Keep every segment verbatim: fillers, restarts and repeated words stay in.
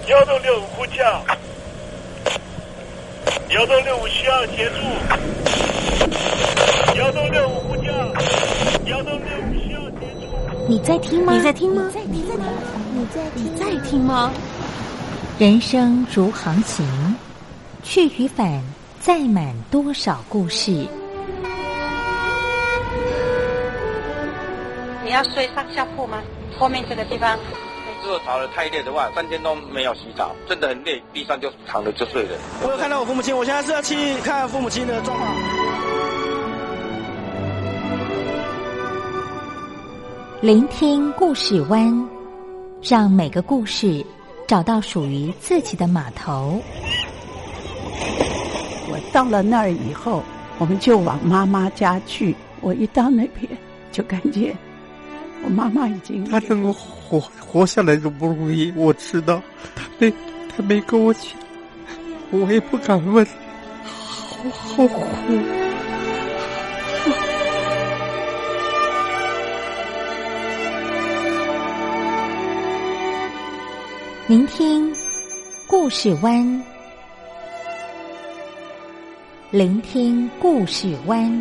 幺洞六五呼叫，幺洞六五需要协助，幺洞六五呼叫，幺洞六五需要协助。 你在听吗？ 你在听吗？ 你在听吗？ 你在你在听吗？ 人生如航行，去与返，载满多少故事。 你要睡上下铺吗？后面这个地方。 如果吵得太累的话，三天都没有洗澡，真的很累，地上就躺着就睡了。 我有看到我父母亲，我现在是要去看父母亲的状况。 聆听故事湾，让每个故事找到属于自己的码头。 我到了那儿以后，我们就往妈妈家去。我一到那边，就感觉我妈妈已经她能够活活下来都不容易，我知道，她没她没跟我讲，我也不敢问，好好苦。 聆听故事湾，聆听故事湾。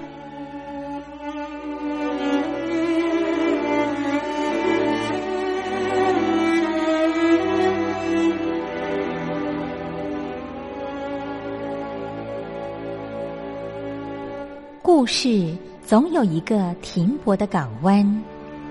故事总有一个停泊的港湾。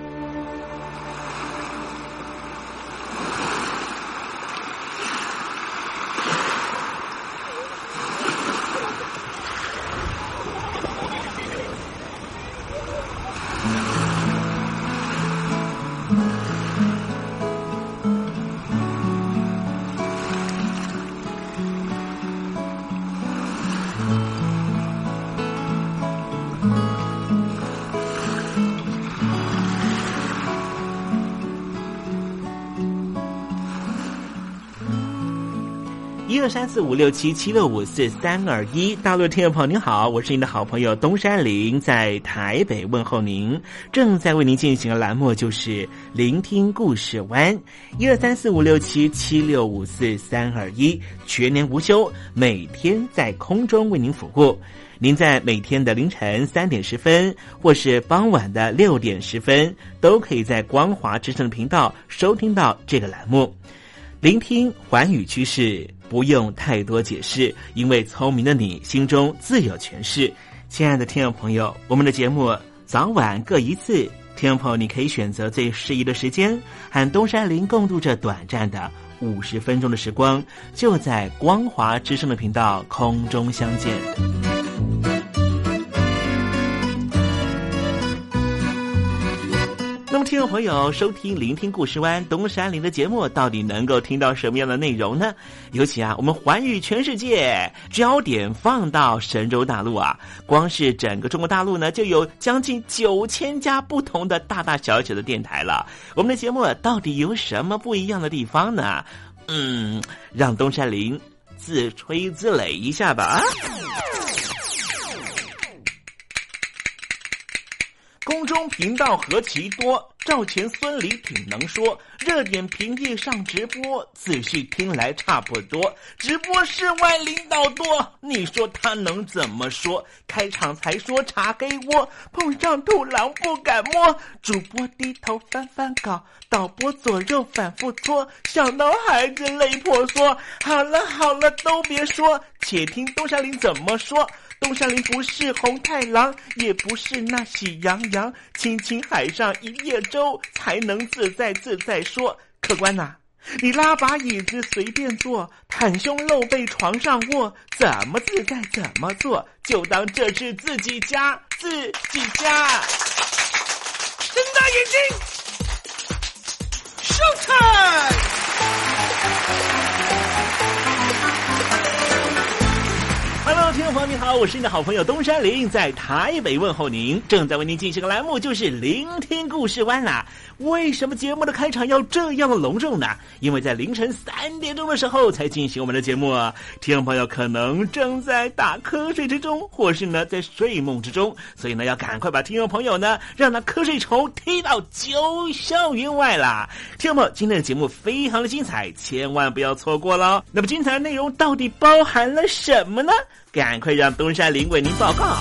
一二三四五六七七六五四三二一，大陆的听众朋友您好，我是您的好朋友东山林，在台北问候您。正在为您进行的栏目就是聆听故事湾，一二三四五六七七六五四三二一，全年无休，每天在空中为您服务。您在每天的凌晨三点十分，或是傍晚的六点十分，都可以在光华之声的频道收听到这个栏目。聆听寰宇趋势，不用太多解释，因为聪明的你心中自有诠释。亲爱的听众朋友，我们的节目早晚各一次，听众朋友你可以选择最适宜的时间，和东山林共度这短暂的五十分钟的时光，就在光华之声的频道空中相见。那么听众朋友收听聆听故事湾东山林的节目，到底能够听到什么样的内容呢？尤其啊，我们环宇全世界，焦点放到神州大陆啊，光是整个中国大陆呢，就有将近九千家不同的大大小小的电台了。我们的节目到底有什么不一样的地方呢？嗯，让东山林自吹自擂一下吧。空中频道何其多，赵钱孙李挺能说，热点平地上直播，仔细听来差不多。直播室外领导多，你说他能怎么说？开场才说茶黑窝，碰上土狼不敢摸。主播低头翻翻稿，导播左右反复搓，想到孩子泪婆娑。好了好了，都别说，且听东山林怎么说。东山林不是红太狼，也不是那喜羊羊，亲亲海上一叶舟，才能自在自在说。客官呐、啊，你拉把椅子随便坐，袒胸露背床上卧，怎么自在怎么做，就当这是自己家，自己家。睁大眼睛 ，Showtime！Hello， 听众众朋友您好，我是你的好朋友东山林，在台北问候您。正在为您进行的栏目就是聆听故事湾啦。为什么节目的开场要这样的隆重呢？因为在凌晨三点钟的时候才进行我们的节目啊。听众朋友可能正在打瞌睡之中，或是呢在睡梦之中，所以呢要赶快把听众朋友呢让那瞌睡虫踢到九霄云外啦。听众朋友，今天的节目非常的精彩，千万不要错过了。那么精彩的内容到底包含了什么呢？赶快让东山林为您报告。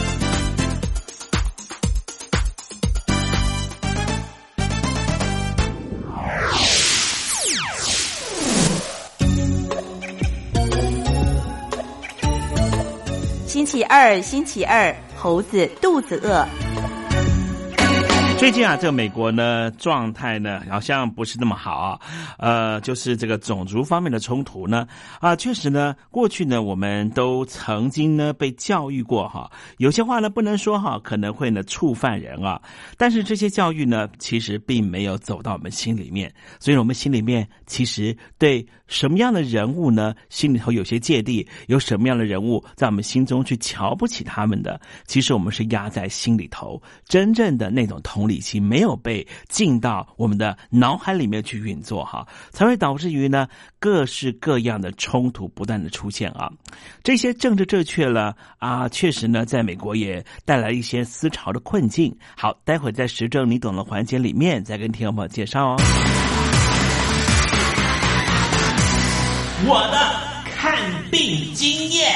星期二，星期二，猴子肚子饿。 最近啊，这个美国呢状态呢好像不是那么好啊，呃，就是这个种族方面的冲突呢啊，确实呢，过去呢我们都曾经呢被教育过哈，有些话呢不能说哈，可能会呢触犯人啊，但是这些教育呢其实并没有走到我们心里面，所以我们心里面其实对什么样的人物呢心里头有些芥蒂，有什么样的人物在我们心中去瞧不起他们的，其实我们是压在心里头，真正的那种同理心没有被进到我们的脑海里面去运作哈，才会导致于呢各式各样的冲突不断的出现啊。这些政治正确了啊，确实呢在美国也带来一些思潮的困境。好，待会在时政你懂的环节里面再跟听众朋友介绍哦。我的看病经验。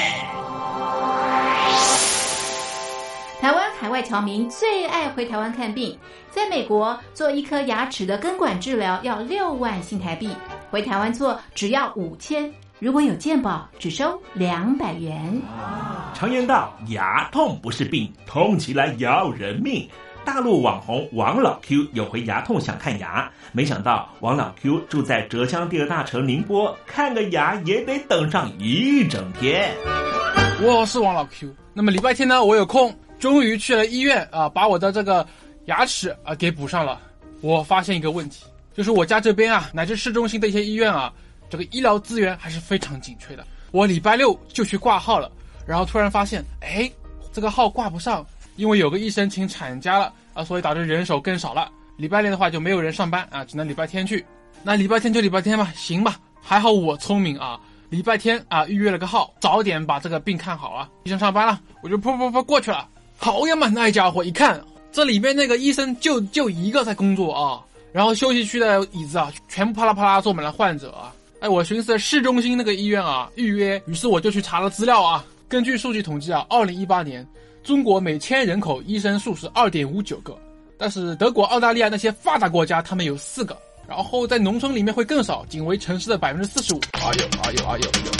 台湾海外侨民最爱回台湾看病，在美国做一颗牙齿的根管治疗要六万新台币，回台湾做只要五千，如果有健保只收两百元。 常言道，牙痛不是病，痛起来要人命。大陆网红王老 Q 有回牙痛想看牙，没想到王老 Q 住在浙江第二大城宁波，看个牙也得等上一整天。 我是王老 Q， 那么礼拜天呢，我有空，终于去了医院啊，把我的这个牙齿啊给补上了。我发现一个问题，就是我家这边啊，乃至市中心的一些医院啊，这个医疗资源还是非常紧缺的。我礼拜六就去挂号了，然后突然发现，哎，这个号挂不上，因为有个医生请产假了啊，所以导致人手更少了。礼拜六的话就没有人上班啊，只能礼拜天去。那礼拜天就礼拜天吧，行吧。还好我聪明啊，礼拜天啊预约了个号，早点把这个病看好啊。医生上班了，我就噗噗噗过去了。好呀嘛，那家伙一看，这里面那个医生就就一个在工作啊，然后休息区的椅子啊，全部啪啦啪啦坐满了患者啊。哎，我寻思市中心那个医院啊预约，于是我就去查了资料啊。根据数据统计啊，二零一八年中国每千人口医生数是 二点五九 个，但是德国、澳大利亚那些发达国家他们有四个，然后在农村里面会更少，仅为城市的 百分之四十五。 哎呦哎呦哎呦哎呦！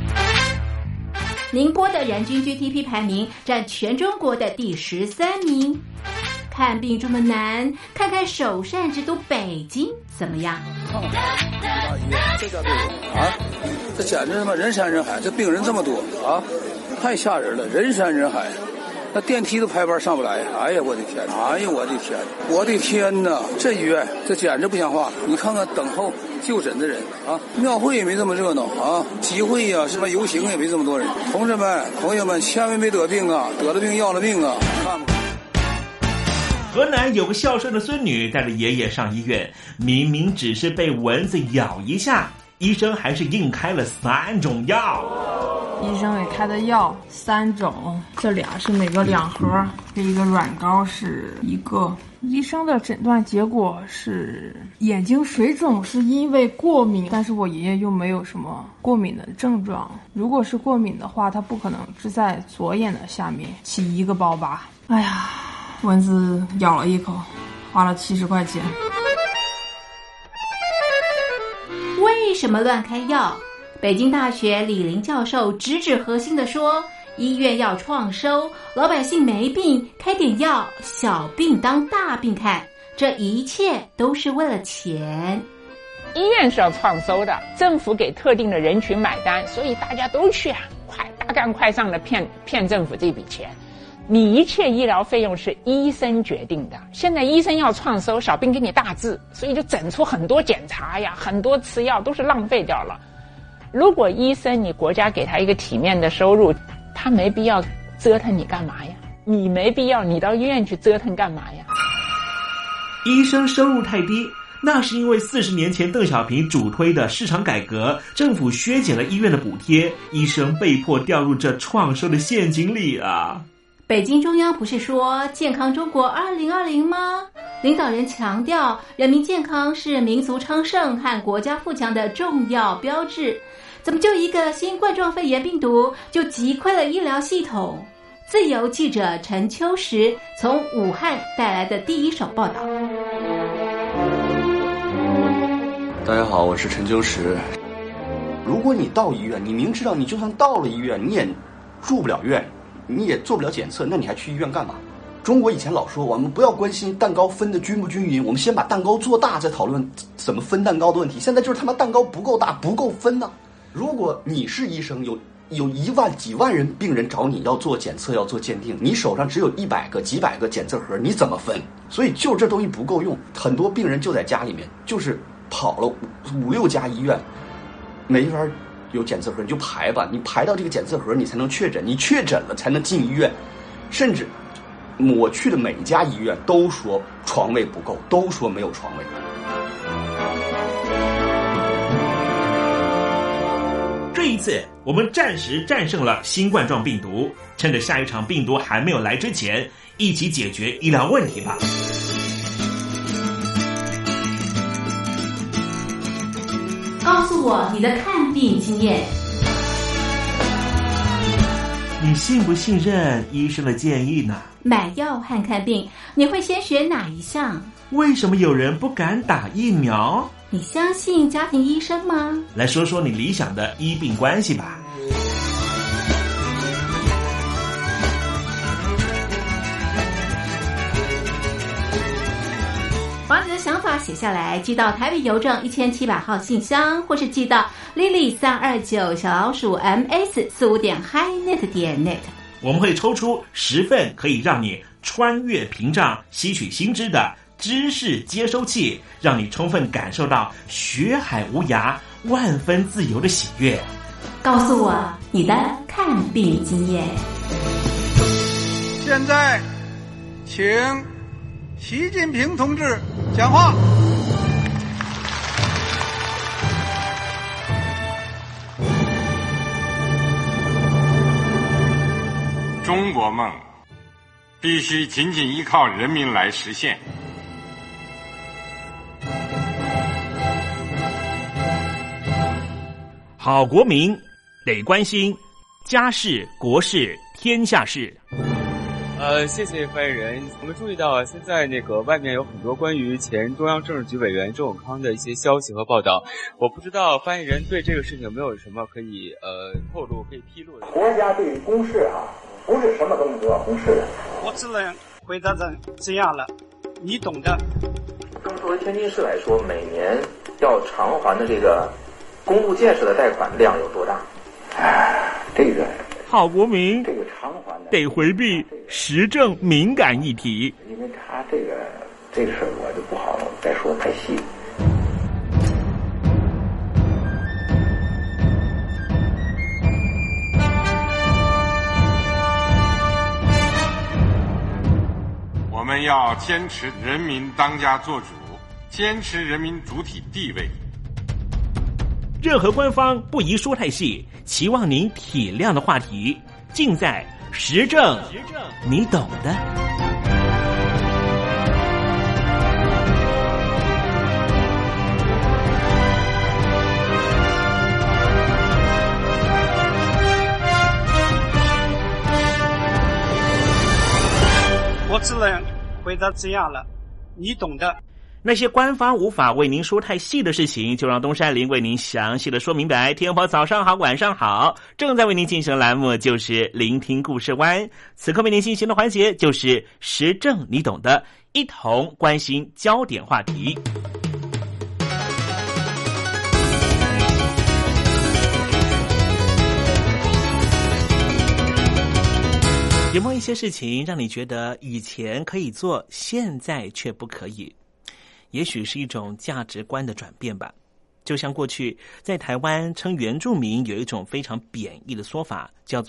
宁波的人均 G D P 排名占全中国的第十三名。看病这么难，看看首善之都北京怎么样？ 这家病啊，这简直他妈人山人海，这病人这么多啊，太吓人了，人山人海。那电梯都排班上不来，哎呀我的天，哎呀我的天，我的天哪！这医院这简直不像话！你看看等候就诊的人啊，庙会也没这么热闹啊，集会呀、啊、什么游行也没这么多人。同志们、朋友们，千万别得病啊，得了病要了命啊！看吧。 河南有个孝顺的孙女带着爷爷上医院，明明只是被蚊子咬一下，医生还是硬开了三种药。 医生给开的药三种，这俩是每个两盒，这一个软膏是一个。医生的诊断结果是眼睛水肿是因为过敏，但是我爷爷又没有什么过敏的症状。如果是过敏的话，他不可能只在左眼的下面起一个包疤。哎呀，蚊子咬了一口，花了七十块钱。 为什么乱开药？北京大学李林教授直指核心地说，医院要创收，老百姓没病开点药，小病当大病看，这一切都是为了钱。 医院是要创收的，政府给特定的人群买单，所以大家都去啊，快大干快上的骗骗政府这笔钱。你一切医疗费用是医生决定的，现在医生要创收，小病给你大治，所以就整出很多检查呀，很多吃药都是浪费掉了。如果医生你国家给他一个体面的收入， 他没必要折腾你干嘛呀？你没必要，你到医院去折腾干嘛呀？ 医生收入太低，那是因为四十年前邓小平主推的市场改革，政府削减了医院的补贴，医生被迫掉入这创收的陷阱里啊。 北京中央不是说健康中国二零二零吗？领导人强调人民健康是民族昌盛和国家富强的重要标志，怎么就一个新冠状肺炎病毒就击溃了医疗系统？自由记者陈秋实从武汉带来的第一手报道。 大家好，我是陈秋实。如果你到医院，你明知道你就算到了医院，你也住不了院，你也做不了检测，那你还去医院干嘛？中国以前老说我们不要关心蛋糕分的均不均匀，我们先把蛋糕做大再讨论怎么分蛋糕的问题。现在就是他妈蛋糕不够大，不够分呢、啊。如果你是医生，有有一万几万人病人找你要做检测要做鉴定，你手上只有一百个几百个检测盒，你怎么分？所以就这东西不够用，很多病人就在家里面，就是跑了五五六家医院，没法有检测盒，你就排吧，你排到这个检测盒你才能确诊，你确诊了才能进医院。甚至我去的每一家医院都说床位不够，都说没有床位。 这一次我们暂时战胜了新冠状病毒，趁着下一场病毒还没有来之前，一起解决医疗问题吧。 告诉我你的看病经验。 你信不信任医生的建议呢？ 买药和看病，你会先选哪一项？ 为什么有人不敢打疫苗？ 你相信家庭医生吗？ 来说说你理想的医病关系吧。 把你的想法写下来，寄到台北邮政一千七百号信箱，或是寄到 Lily 三二九小老鼠 M S 四五点 highnet 点 net。 我们会抽出十份可以让你穿越屏障、吸取新知的知识接收器，让你充分感受到学海无涯、万分自由的喜悦。 告诉我你的看病经验。 现在，请习近平同志讲话。 中国梦必须紧紧依靠人民来实现。 好国民得关心家事、国事、天下事。 呃，谢谢发言人。我们注意到啊，现在那个外面有很多关于前中央政治局委员周永康的一些消息和报道。我不知道发言人对这个事情有没有什么可以呃透露、可以披露的？ 国家对于公事啊，不是什么东西都要公示的。 我只能回答成这样了，你懂的。 那么作为天津市来说，每年要偿还的这个公路建设的贷款量有多大？哎，这个好国民这个偿还的得回避时政敏感议题， 因为他这个这个事儿我就不好再说太细。 我们要坚持人民当家作主，坚持人民主体地位。 任何官方不宜说太细，期望您体谅的话题，尽在时政，你懂的。 我只能回答这样了，你懂的。 那些官方无法为您说太细的事情，就让东山林为您详细的说明白。听众朋友早上好，晚上好，正在为您进行的栏目就是聆听故事湾，此刻为您进行的环节就是时政你懂的，一同关心焦点话题。有没有一些事情让你觉得以前可以做，现在却不可以？也许是一种价值观的转变吧。就像过去在台湾称原住民有一种非常贬义的说法，叫做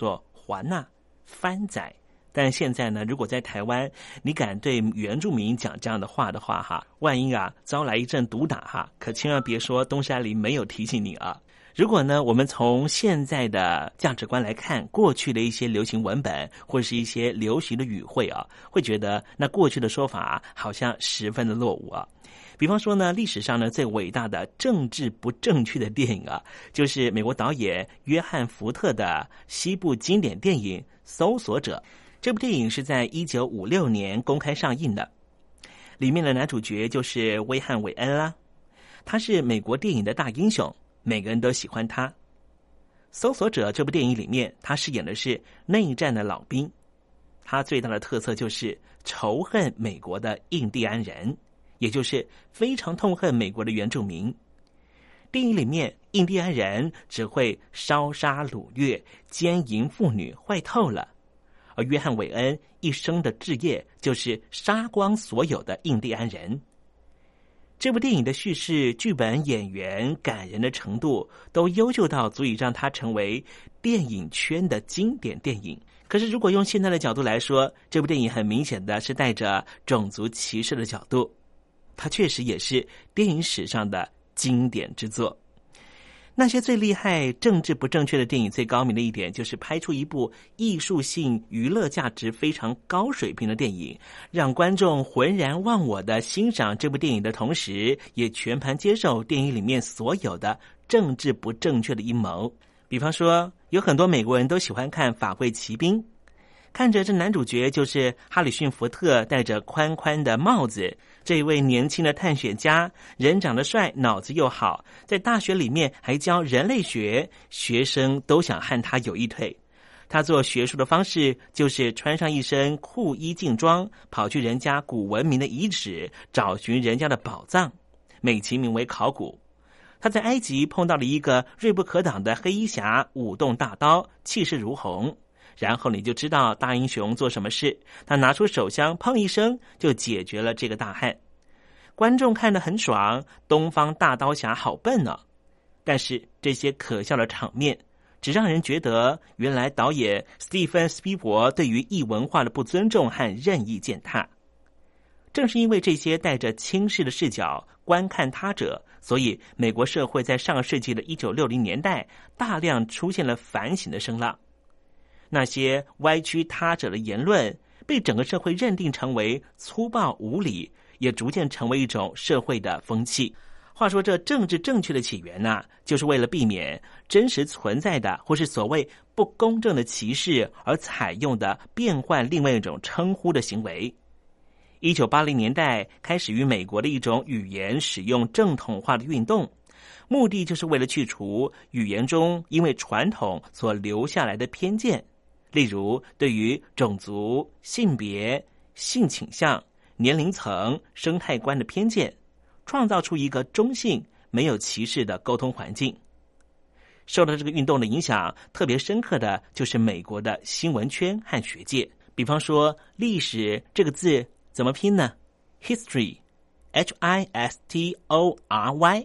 团呐、啊、番仔。但现在呢，如果在台湾，你敢对原住民讲这样的话的话，哈，万一啊招来一阵毒打哈，可千万别说东山林没有提醒你啊。如果呢，我们从现在的价值观来看，过去的一些流行文本或是一些流行的语汇啊，会觉得那过去的说法好像十分的落伍啊。比方说呢，历史上呢最伟大的政治不正确的电影啊，就是美国导演约翰·福特的西部经典电影《搜索者》。这部电影是在一九五六年公开上映的，里面的男主角就是威汉·韦恩啦，他是美国电影的大英雄，每个人都喜欢他。搜索者这部电影里面，他饰演的是内战的老兵，他最大的特色就是仇恨美国的印第安人，也就是非常痛恨美国的原住民。电影里面，印第安人只会烧杀掳掠、奸淫妇女，坏透了。而约翰·韦恩一生的志业就是杀光所有的印第安人。这部电影的叙事、剧本、演员、感人的程度都优秀到足以让它成为电影圈的经典电影。可是如果用现在的角度来说，这部电影很明显的是带着种族歧视的角度，它确实也是电影史上的经典之作。那些最厉害、政治不正确的电影最高明的一点，就是拍出一部艺术性、娱乐价值非常高水平的电影，让观众浑然忘我的欣赏这部电影的同时，也全盘接受电影里面所有的政治不正确的阴谋。比方说，有很多美国人都喜欢看《法柜奇兵》，看着这男主角就是哈里逊·福特戴着宽宽的帽子，这一位年轻的探险家，人长得帅，脑子又好，在大学里面还教人类学，学生都想和他有一腿。他做学术的方式就是穿上一身酷衣劲装，跑去人家古文明的遗址，找寻人家的宝藏，美其名为考古。他在埃及碰到了一个锐不可挡的黑衣侠，舞动大刀，气势如虹。然后你就知道大英雄做什么事，他拿出手枪，砰一声就解决了这个大汉。观众看得很爽，东方大刀侠好笨呢、哦。但是这些可笑的场面，只让人觉得原来导演史蒂芬·斯皮伯对于异文化的不尊重和任意践踏。正是因为这些带着轻视的视角观看他者，所以美国社会在上个世纪的一九六零年代大量出现了反省的声浪。那些歪曲他者的言论被整个社会认定成为粗暴无理，也逐渐成为一种社会的风气。话说这政治正确的起源呢、啊，就是为了避免真实存在的或是所谓不公正的歧视而采用的变换另外一种称呼的行为。一九八零年代开始于美国的一种语言使用正统化的运动，目的就是为了去除语言中因为传统所留下来的偏见，例如对于种族、性别、性倾向、年龄层、生态观的偏见，创造出一个中性、没有歧视的沟通环境。受到这个运动的影响，特别深刻的就是美国的新闻圈和学界。比方说，历史这个字怎么拼呢？ History H I S T O R Y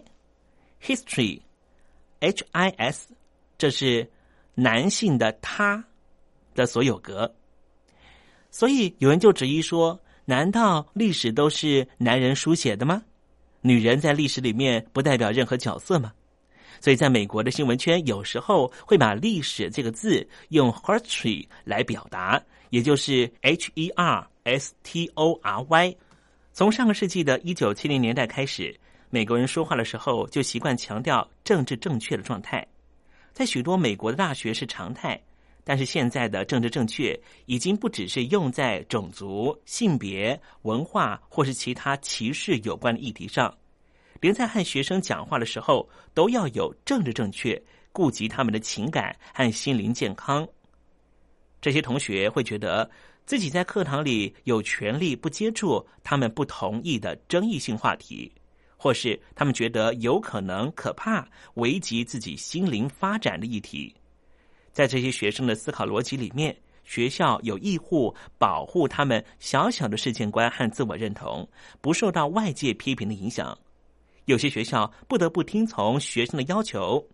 History H I S 这是男性的他的所有格。所以有人就质疑说，难道历史都是男人书写的吗？女人在历史里面不代表任何角色吗？所以在美国的新闻圈有时候会把历史这个字用 history 来表达，也就是 H E R S T O R Y。 从上个世纪的一九七零年代开始，美国人说话的时候就习惯强调政治正确的状态，在许多美国的大学是常态。但是现在的政治正确已经不只是用在种族、性别、文化或是其他歧视有关的议题上，连在和学生讲话的时候都要有政治正确，顾及他们的情感和心灵健康。这些同学会觉得自己在课堂里有权利不接触他们不同意的争议性话题，或是他们觉得有可能可怕危及自己心灵发展的议题。在这些学生的思考逻辑里面，学校有义务保护他们小小的世界观和自我认同，不受到外界批评的影响。有些学校不得不听从学生的要求，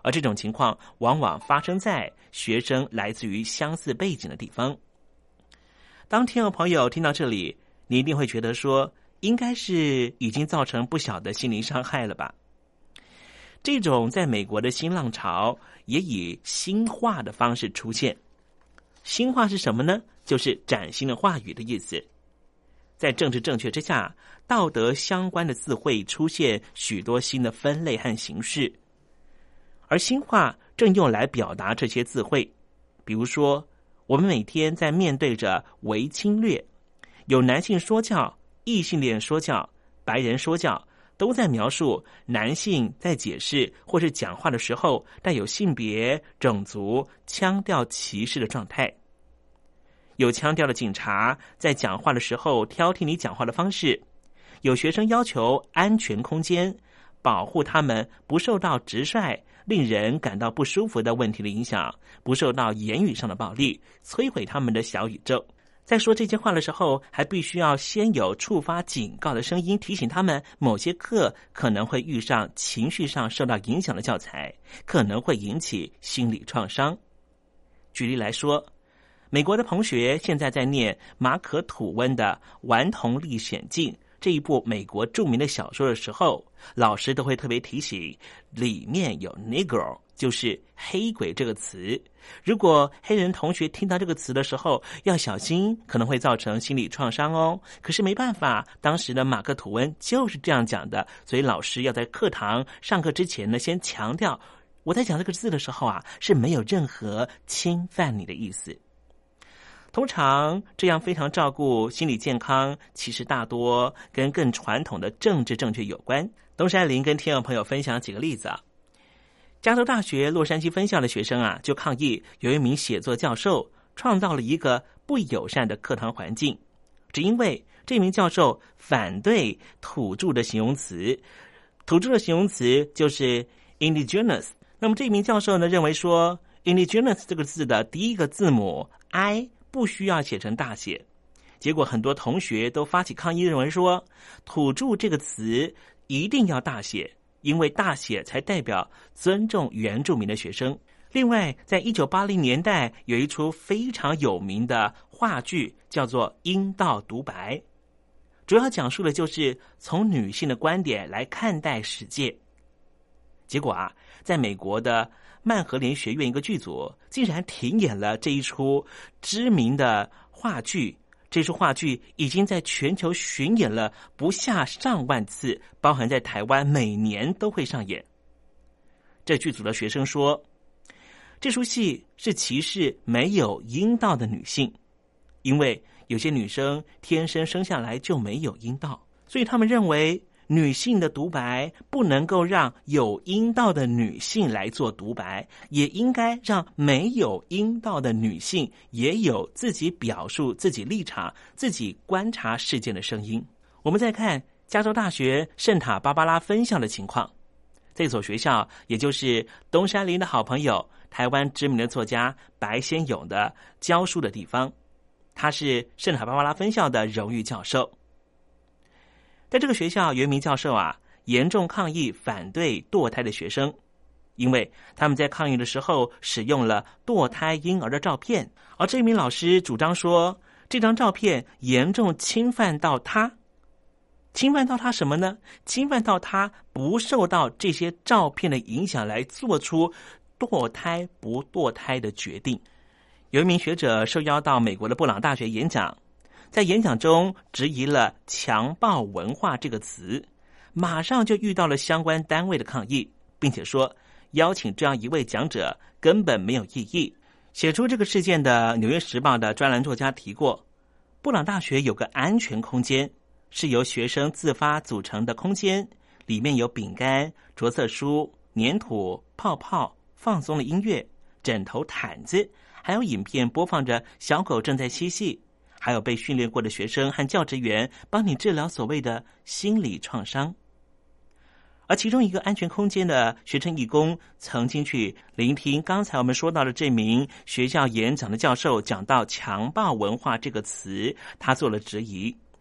而这种情况往往发生在学生来自于相似背景的地方。当听众朋友听到这里，你一定会觉得说，应该是已经造成不小的心理伤害了吧？这种在美国的新浪潮也以新话的方式出现。新话是什么呢？就是崭新的话语的意思。在政治正确之下，道德相关的字汇出现许多新的分类和形式，而新话正用来表达这些字汇。比如说，我们每天在面对着微侵略，有男性说教、异性恋说教、白人说教，都在描述男性在解释或是讲话的时候带有性别、种族、腔调歧视的状态。有腔调的警察在讲话的时候挑剔你讲话的方式，有学生要求安全空间，保护他们不受到直率、令人感到不舒服的问题的影响，不受到言语上的暴力，摧毁他们的小宇宙。在说这些话的时候，还必须要先有触发警告的声音，提醒他们某些课可能会遇上情绪上受到影响的教材，可能会引起心理创伤。举例来说，美国的同学现在在念马可吐温的《顽童历险记》这一部美国著名的小说的时候，老师都会特别提醒里面有 Negro， 就是黑鬼这个词。如果黑人同学听到这个词的时候要小心，可能会造成心理创伤哦。可是没办法，当时的马克吐温就是这样讲的，所以老师要在课堂上课之前呢，先强调我在讲这个字的时候啊，是没有任何侵犯你的意思。通常这样非常照顾心理健康，其实大多跟更传统的政治正确有关。东山林跟听众朋友分享几个例子啊。加州大学洛杉矶分校的学生啊，就抗议有一名写作教授创造了一个不友善的课堂环境，只因为这名教授反对土著的形容词。土著的形容词就是 indigenous。那么这名教授呢，认为说 indigenous 这个字的第一个字母 I不需要写成大写，结果很多同学都发起抗议，认为说土著这个词一定要大写，因为大写才代表尊重原住民的学生。另外，在一九八零年代有一出非常有名的话剧叫做《阴道独白》，主要讲述的就是从女性的观点来看待世界。结果啊，在美国的曼荷莲学院一个剧组竟然停演了这一出知名的话剧，这出话剧已经在全球巡演了不下上万次，包含在台湾每年都会上演。这剧组的学生说，这出戏是歧视没有阴道的女性，因为有些女生天生生下来就没有阴道，所以他们认为女性的独白不能够让有阴道的女性来做独白，也应该让没有阴道的女性也有自己表述自己立场、自己观察事件的声音。我们再看加州大学圣塔芭芭拉分校的情况，这所学校也就是东山林的好朋友台湾知名的作家白先勇的教书的地方，他是圣塔芭芭拉分校的荣誉教授。在这个学校有一名教授啊，严重抗议反对堕胎的学生，因为他们在抗议的时候使用了堕胎婴儿的照片，而这名老师主张说，这张照片严重侵犯到他。侵犯到他什么呢？侵犯到他不受到这些照片的影响来做出堕胎不堕胎的决定。有一名学者受邀到美国的布朗大学演讲，在演讲中质疑了强暴文化这个词，马上就遇到了相关单位的抗议，并且说邀请这样一位讲者根本没有意义。写出这个事件的《纽约时报》的专栏作家提过，布朗大学有个安全空间，是由学生自发组成的空间，里面有饼干、着色书、粘土、泡泡、放松的音乐、枕头、毯子，还有影片播放着小狗正在嬉戏，还有被训练过的学生和教职员帮你治疗所谓的心理创伤。而其中一个安全空间的学生义工曾经去聆听刚才我们说到的这名学校演讲的教授讲到强暴文化这个词，他做了质疑。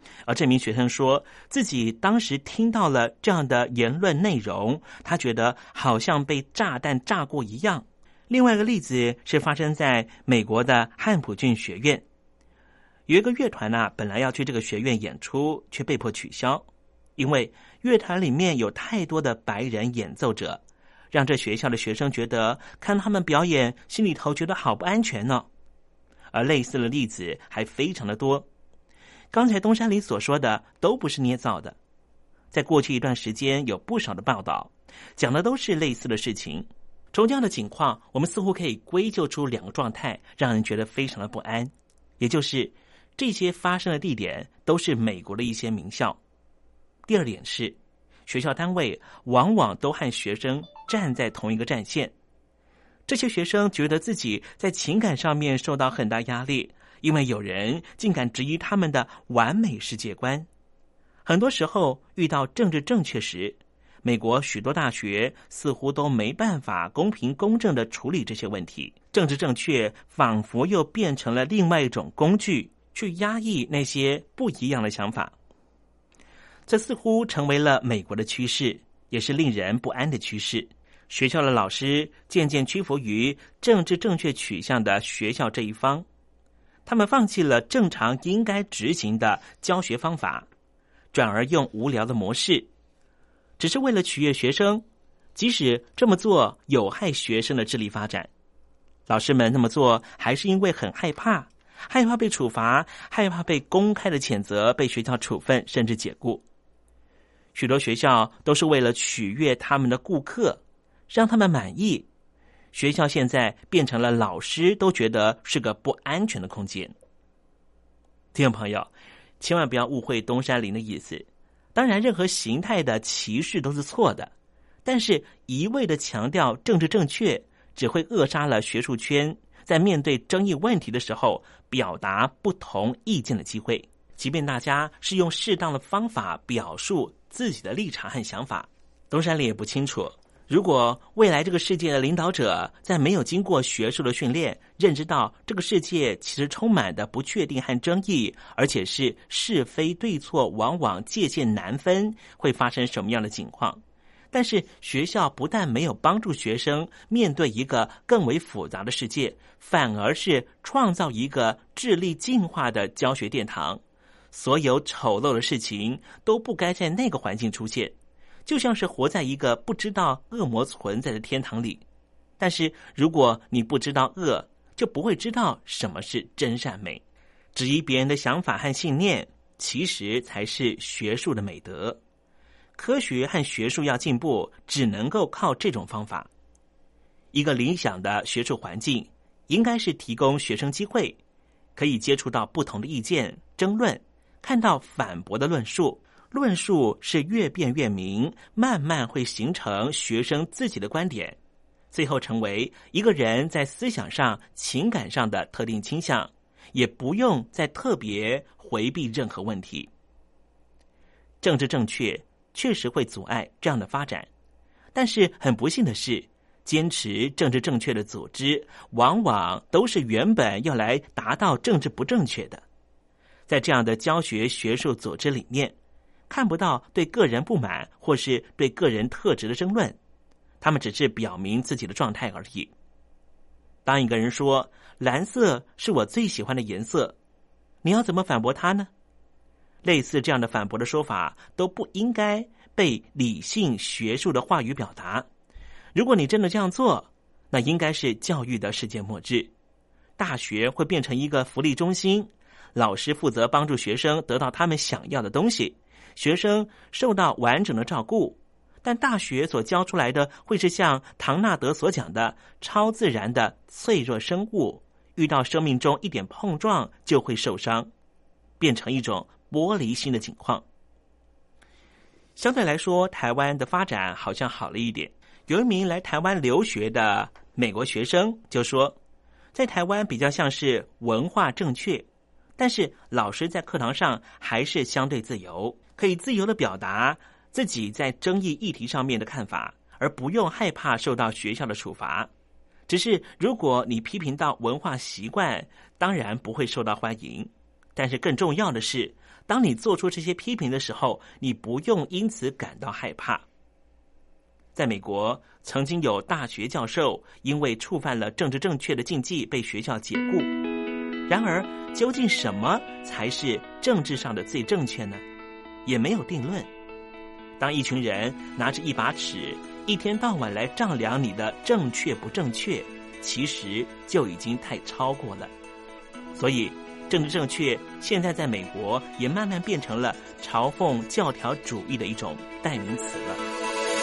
而这名学生说自己当时听到了这样的言论内容，他觉得好像被炸弹炸过一样。另外一个例子是发生在美国的汉普郡学院，有一个乐团啊，本来要去这个学院演出，却被迫取消，因为乐团里面有太多的白人演奏者，让这学校的学生觉得看他们表演，心里头觉得好不安全呢。而类似的例子还非常的多。刚才东山里所说的都不是捏造的，在过去一段时间有不少的报道，讲的都是类似的事情。从这样的情况，我们似乎可以归咎出两个状态，让人觉得非常的不安，也就是这些发生的地点都是美国的一些名校。第二点是，学校单位往往都和学生站在同一个战线，这些学生觉得自己在情感上面受到很大压力，因为有人竟敢质疑他们的完美世界观。很多时候遇到政治正确时，美国许多大学似乎都没办法公平公正地处理这些问题，政治正确仿佛又变成了另外一种工具，去压抑那些不一样的想法。这似乎成为了美国的趋势，也是令人不安的趋势。学校的老师渐渐屈服于政治正确取向的学校这一方，他们放弃了正常应该执行的教学方法，转而用无聊的模式，只是为了取悦学生，即使这么做有害学生的智力发展。老师们那么做还是因为很害怕，害怕被处罚，害怕被公开的谴责，被学校处分，甚至解雇。许多学校都是为了取悦他们的顾客，让他们满意，学校现在变成了老师都觉得是个不安全的空间。听众朋友，千万不要误会东山林的意思，当然任何形态的歧视都是错的，但是一味的强调政治正确，只会扼杀了学术圈在面对争议问题的时候表达不同意见的机会。即便大家是用适当的方法表述自己的立场和想法，东山林也不清楚，如果未来这个世界的领导者在没有经过学术的训练，认知到这个世界其实充满的不确定和争议，而且是是非对错往往界限难分，会发生什么样的情况。但是学校不但没有帮助学生面对一个更为复杂的世界，反而是创造一个智力进化的教学殿堂，所有丑陋的事情都不该在那个环境出现，就像是活在一个不知道恶魔存在的天堂里。但是如果你不知道恶，就不会知道什么是真善美。质疑别人的想法和信念，其实才是学术的美德。科学和学术要进步，只能够靠这种方法。一个理想的学术环境，应该是提供学生机会，可以接触到不同的意见、争论，看到反驳的论述。论述是越辩越明，慢慢会形成学生自己的观点，最后成为一个人在思想上、情感上的特定倾向，也不用再特别回避任何问题。政治正确确实会阻碍这样的发展，但是很不幸的是，坚持政治正确的组织往往都是原本要来达到政治不正确的。在这样的教学学术组织里面，看不到对个人不满或是对个人特质的争论，他们只是表明自己的状态而已。当一个人说蓝色是我最喜欢的颜色，你要怎么反驳他呢？类似这样的反驳的说法都不应该被理性学术的话语表达。如果你真的这样做，那应该是教育的世界末日。大学会变成一个福利中心，老师负责帮助学生得到他们想要的东西，学生受到完整的照顾，但大学所教出来的会是像唐纳德所讲的超自然的脆弱生物，遇到生命中一点碰撞就会受伤，变成一种玻璃心的情况。相对来说，台湾的发展好像好了一点。有一名来台湾留学的美国学生就说，在台湾比较像是文化正确，但是老师在课堂上还是相对自由，可以自由地表达自己在争议议题上面的看法，而不用害怕受到学校的处罚。只是如果你批评到文化习惯，当然不会受到欢迎。但是更重要的是， 当你做出这些批评的时候，你不用因此感到害怕。在美国，曾经有大学教授因为触犯了政治正确的禁忌被学校解雇。然而，究竟什么才是政治上的最正确呢？也没有定论。当一群人拿着一把尺，一天到晚来丈量你的正确不正确，其实就已经太超过了。所以，政治正确现在在美国也慢慢变成了嘲讽教条主义的一种代名词了。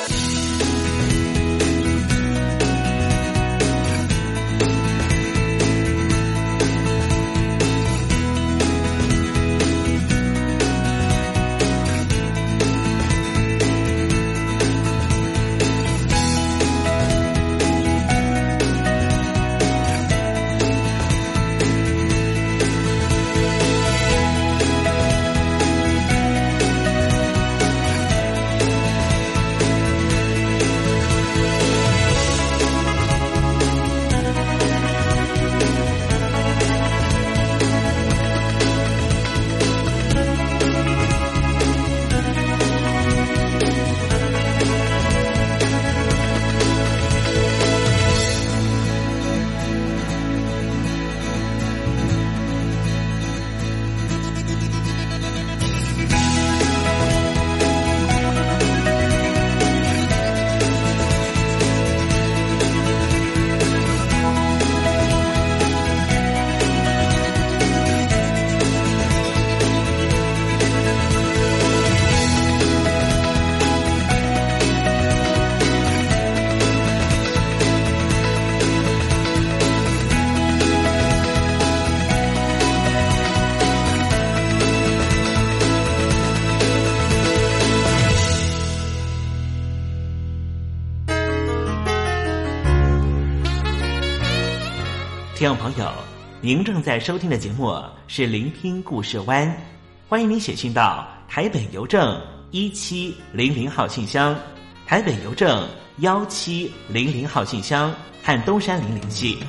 听众朋友，您正在收听的节目是聆听故事湾，欢迎您写信到台北邮政一七零零号信箱，台北邮政幺七零零号信箱和东山林联系。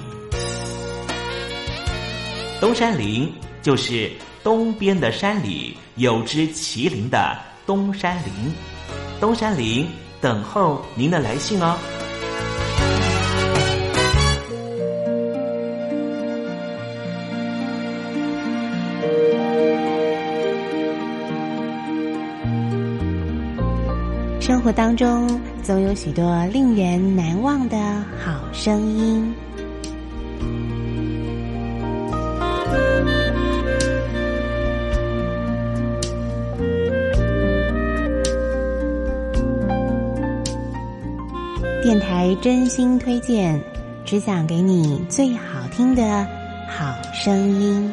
东山林就是东边的山里有只麒麟的东山林，东山林等候您的来信哦。 生活当中总有许多令人难忘的好声音。电台真心推荐，只想给你最好听的好声音。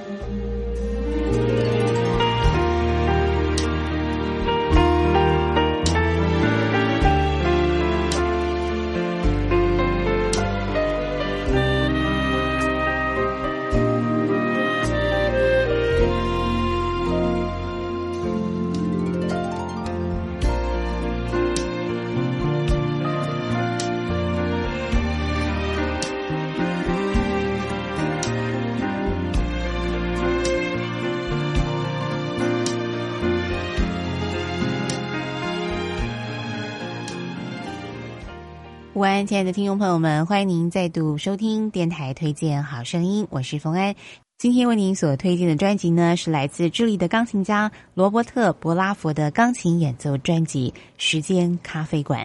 午安，亲爱的听众朋友们，欢迎您再度收听电台推荐好声音，我是冯安。今天为您所推荐的专辑呢，是来自智利的钢琴家罗伯特·博拉佛的钢琴演奏专辑《时间咖啡馆》。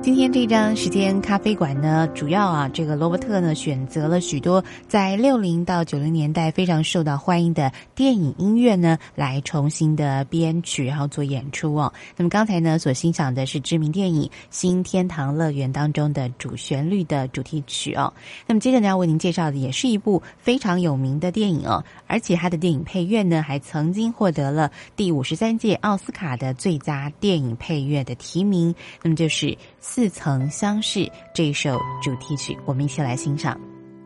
今天这张时间咖啡馆呢，主要啊，这个罗伯特呢选择了许多在六零到九零年代非常受到欢迎的电影音乐呢，来重新的编曲，然后做演出哦。那么刚才呢所欣赏的是知名电影《新天堂乐园》当中的主旋律的主题曲哦。那么接着呢要为您介绍的也是一部非常有名的电影哦，而且它的电影配乐呢还曾经获得了第五十三届奥斯卡的最佳电影配乐的提名，那么就是似曾相识这一首主题曲，我们一起来欣赏。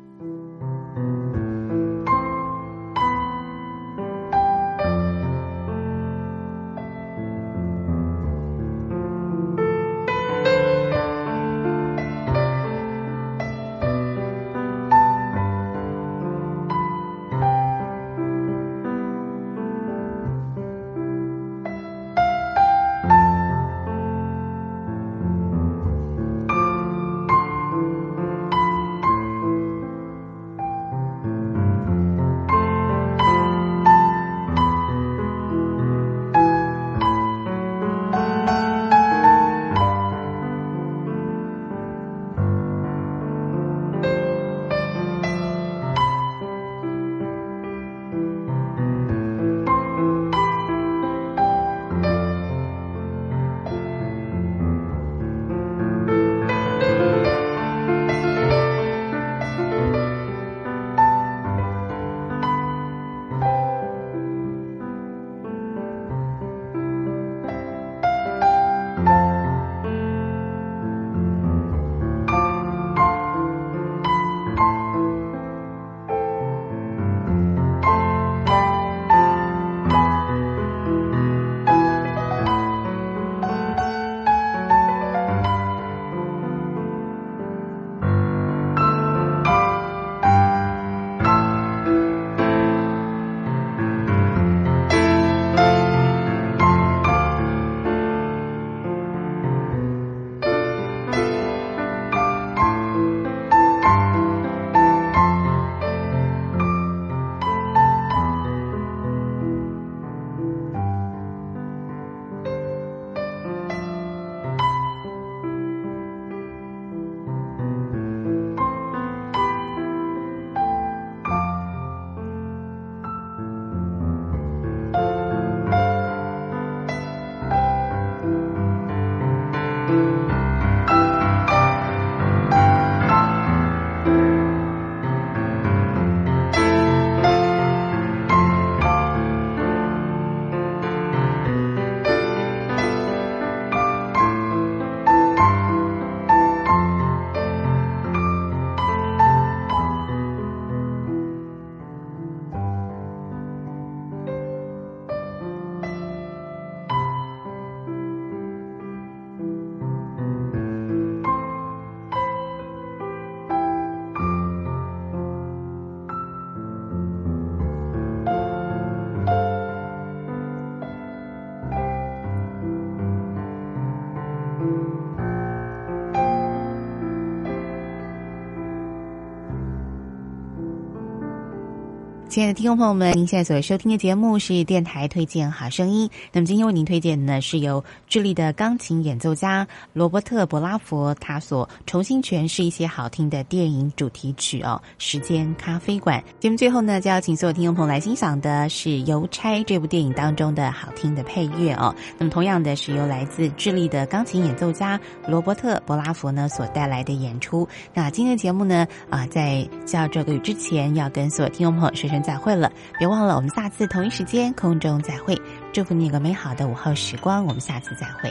亲爱的听众朋友们，您现在所收听的节目是电台推荐好声音。那么今天为您推荐的呢，是由智利的钢琴演奏家罗伯特·博拉佛他所重新诠释一些好听的电影主题曲哦，《时间咖啡馆》。节目最后呢，就要请所有听众朋友来欣赏的是《邮差》这部电影当中的好听的配乐哦。那么同样的是由来自智利的钢琴演奏家罗伯特·博拉佛呢所带来的演出。那今天的节目呢，啊、呃，在叫这个语之前，要跟所有听众朋友说声再会了，别忘了我们下次同一时间空中再会，祝福你有个美好的午后时光，我们下次再会。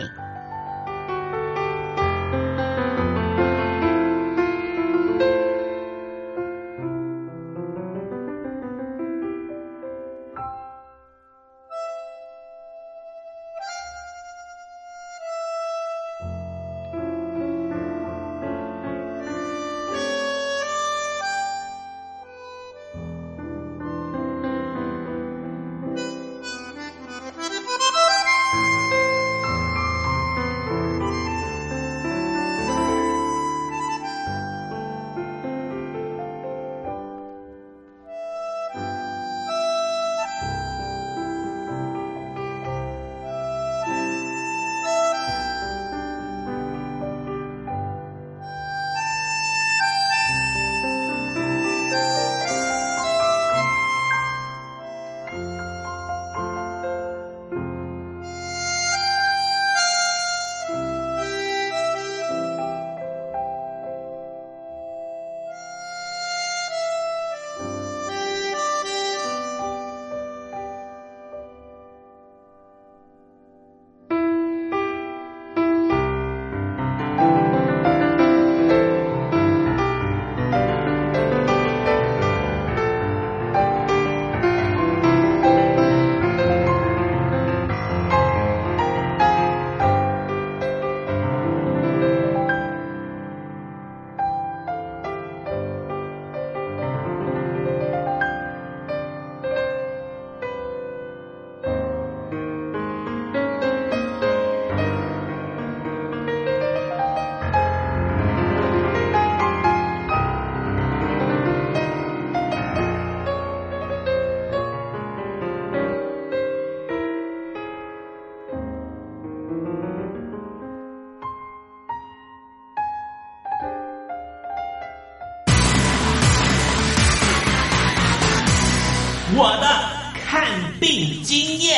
我的看病经验。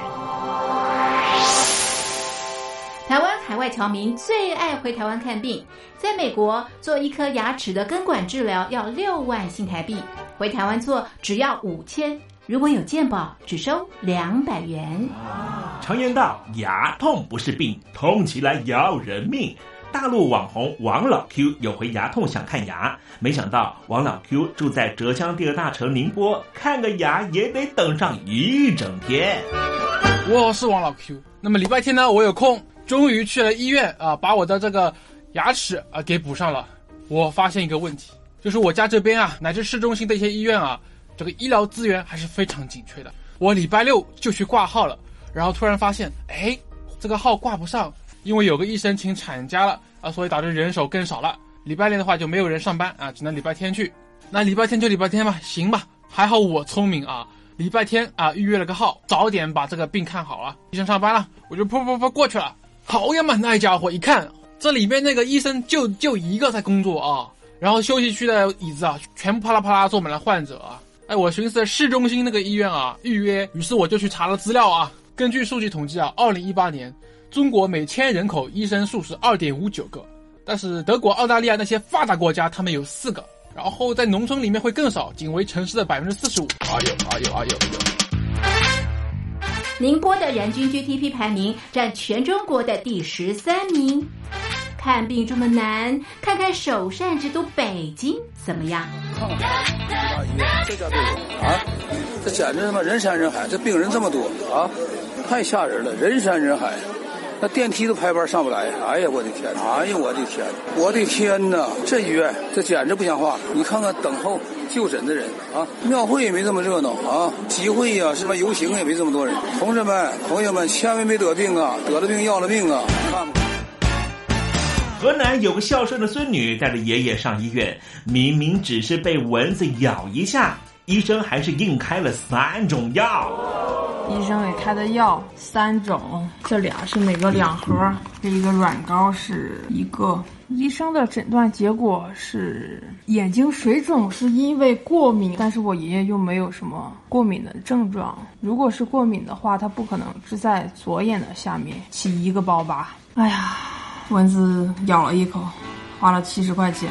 台湾海外侨民最爱回台湾看病，在美国做一颗牙齿的根管治疗要六万新台币，回台湾做只要五千，如果有健保只收两百元。 常言道，牙痛不是病，痛起来要人命。大陆网红王老 Q 有回牙痛想看牙，没想到王老 Q 住在浙江第二大城宁波，看个牙也得等上一整天。 我是王老 Q， 那么礼拜天呢，我有空，终于去了医院啊，把我的这个牙齿啊给补上了。我发现一个问题，就是我家这边啊，乃至市中心的一些医院啊，这个医疗资源还是非常紧缺的。我礼拜六就去挂号了，然后突然发现，哎，这个号挂不上，因为有个医生请产假了啊，所以导致人手更少了。礼拜六的话就没有人上班啊，只能礼拜天去。那礼拜天就礼拜天吧，行吧。还好我聪明啊，礼拜天啊预约了个号，早点把这个病看好了。医生上班了，我就噗噗噗过去了。好呀嘛，那家伙一看，这里边那个医生就就一个在工作啊，然后休息区的椅子啊，全部啪啦啪啦坐满了患者啊。哎，我寻思市中心那个医院啊预约，于是我就去查了资料啊。根据数据统计啊，二零一八年中国每千人口医生数是 二点五九 个，但是德国、澳大利亚那些发达国家他们有四个，然后在农村里面会更少，仅为城市的 百分之四十五。 哎呦哎呦哎呦哎呦！ 宁波的人均 G D P 排名占全中国的第十三名。看病这么难，看看首善之都北京怎么样？ 看看大医院，这家病人啊，这简直他妈人山人海，这病人这么多啊，太吓人了，人山人海。那电梯都排班上不来，哎呀我的天，哎呀我的天，我的天哪！这医院这简直不像话！你看看等候就诊的人啊，庙会也没这么热闹啊，集会呀、啊、什么游行也没这么多人。同志们、朋友们，千万别得病啊，得了病要了命啊！看吧。 河南有个孝顺的孙女带着爷爷上医院，明明只是被蚊子咬一下，医生还是硬开了三种药。 医生给开的药三种，这俩是每个两盒，这一个软膏是一个。医生的诊断结果是眼睛水肿是因为过敏，但是我爷爷又没有什么过敏的症状。如果是过敏的话，他不可能是在左眼的下面起一个包疤。哎呀，蚊子咬了一口，花了七十块钱。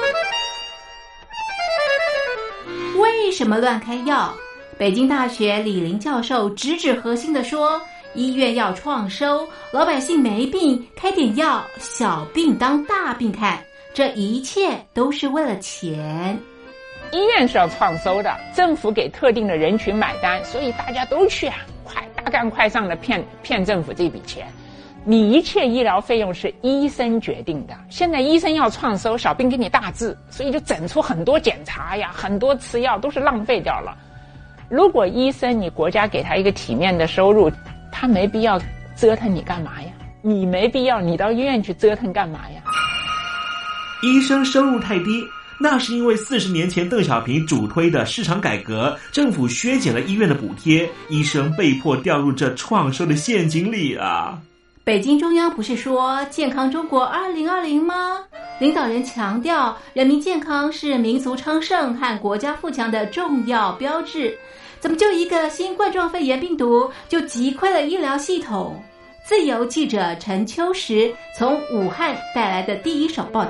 为什么乱开药？北京大学李林教授直指核心地说，医院要创收，老百姓没病，开点药，小病当大病看，这一切都是为了钱。 医院是要创收的，政府给特定的人群买单，所以大家都去啊，快大干快上的骗骗政府这笔钱。你一切医疗费用是医生决定的，现在医生要创收，小病给你大治，所以就整出很多检查呀，很多吃药都是浪费掉了。如果医生你国家给他一个体面的收入，他没必要折腾你干嘛呀？你没必要你到医院去折腾干嘛呀？ 医生收入太低，那是因为四十年前邓小平主推的市场改革，政府削减了医院的补贴，医生被迫掉入这创收的陷阱里啊。 北京中央不是说健康中国二零二零吗？领导人强调人民健康是民族昌盛和国家富强的重要标志，怎么就一个新冠状肺炎病毒就击溃了医疗系统？自由记者陈秋实从武汉带来的第一手报道。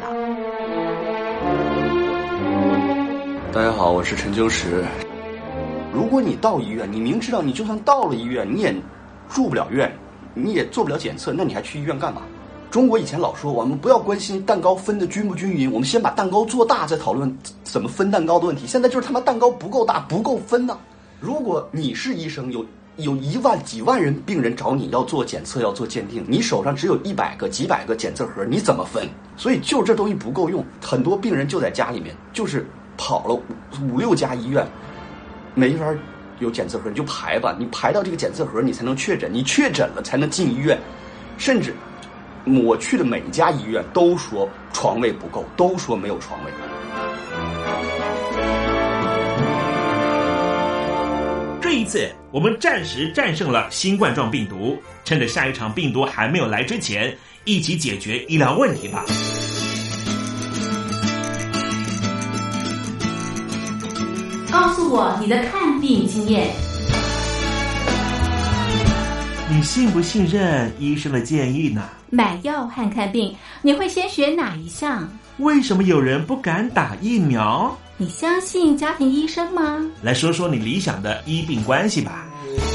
大家好，我是陈秋实。如果你到医院，你明知道你就算到了医院，你也住不了院，你也做不了检测，那你还去医院干嘛？中国以前老说我们不要关心蛋糕分的均不均匀，我们先把蛋糕做大再讨论怎么分蛋糕的问题。现在就是他妈蛋糕不够大，不够分呢。如果你是医生，有有一万几万人病人找你要做检测要做鉴定，你手上只有一百个几百个检测盒，你怎么分？所以就这东西不够用，很多病人就在家里面，就是跑了五五六家医院，没法有检测盒，你就排吧，你排到这个检测盒你才能确诊，你确诊了才能进医院。甚至我去的每一家医院都说床位不够，都说没有床位。 这一次我们暂时战胜了新冠状病毒，趁着下一场病毒还没有来之前，一起解决医疗问题吧。 告诉我你的看病经验。 你信不信任医生的建议呢？ 买药和看病，你会先选哪一项？ 为什么有人不敢打疫苗？ 你相信家庭医生吗？ 来说说你理想的医病关系吧。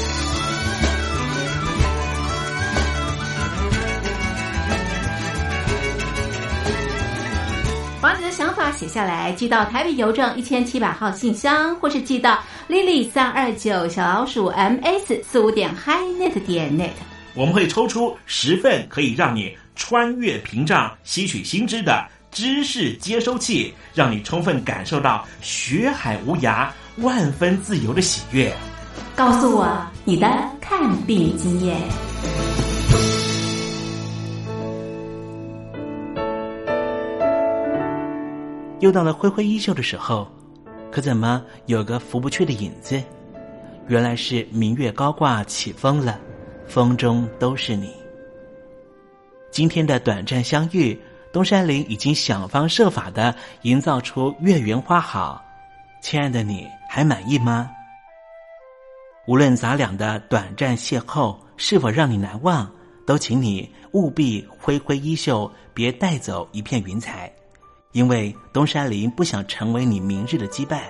把你的想法写下来，寄到台北邮政一千七百号信箱，或是寄到 Lily 三二九小老鼠 M S 四五点 HiNet 点 net。 我们会抽出十份可以让你穿越屏障、吸取新知的知识接收器，让你充分感受到学海无涯、万分自由的喜悦。 告诉我你的看病经验。 又到了挥挥衣袖的时候，可怎么有个拂不去的影子？原来是明月高挂起风了，风中都是你。今天的短暂相遇，东山林已经想方设法地营造出月圆花好。亲爱的你，还满意吗？无论咱俩的短暂邂逅是否让你难忘，都请你务必挥挥衣袖，别带走一片云彩。因为东山林不想成为你明日的羁绊，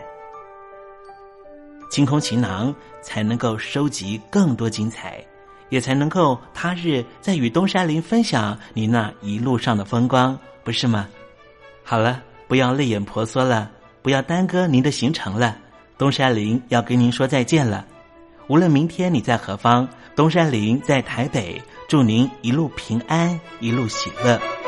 清空行囊才能够收集更多精彩，也才能够他日再与东山林分享你那一路上的风光，不是吗？好了，不要泪眼婆娑了，不要耽搁您的行程了，东山林要跟您说再见了。无论明天你在何方，东山林在台北，祝您一路平安，一路喜乐。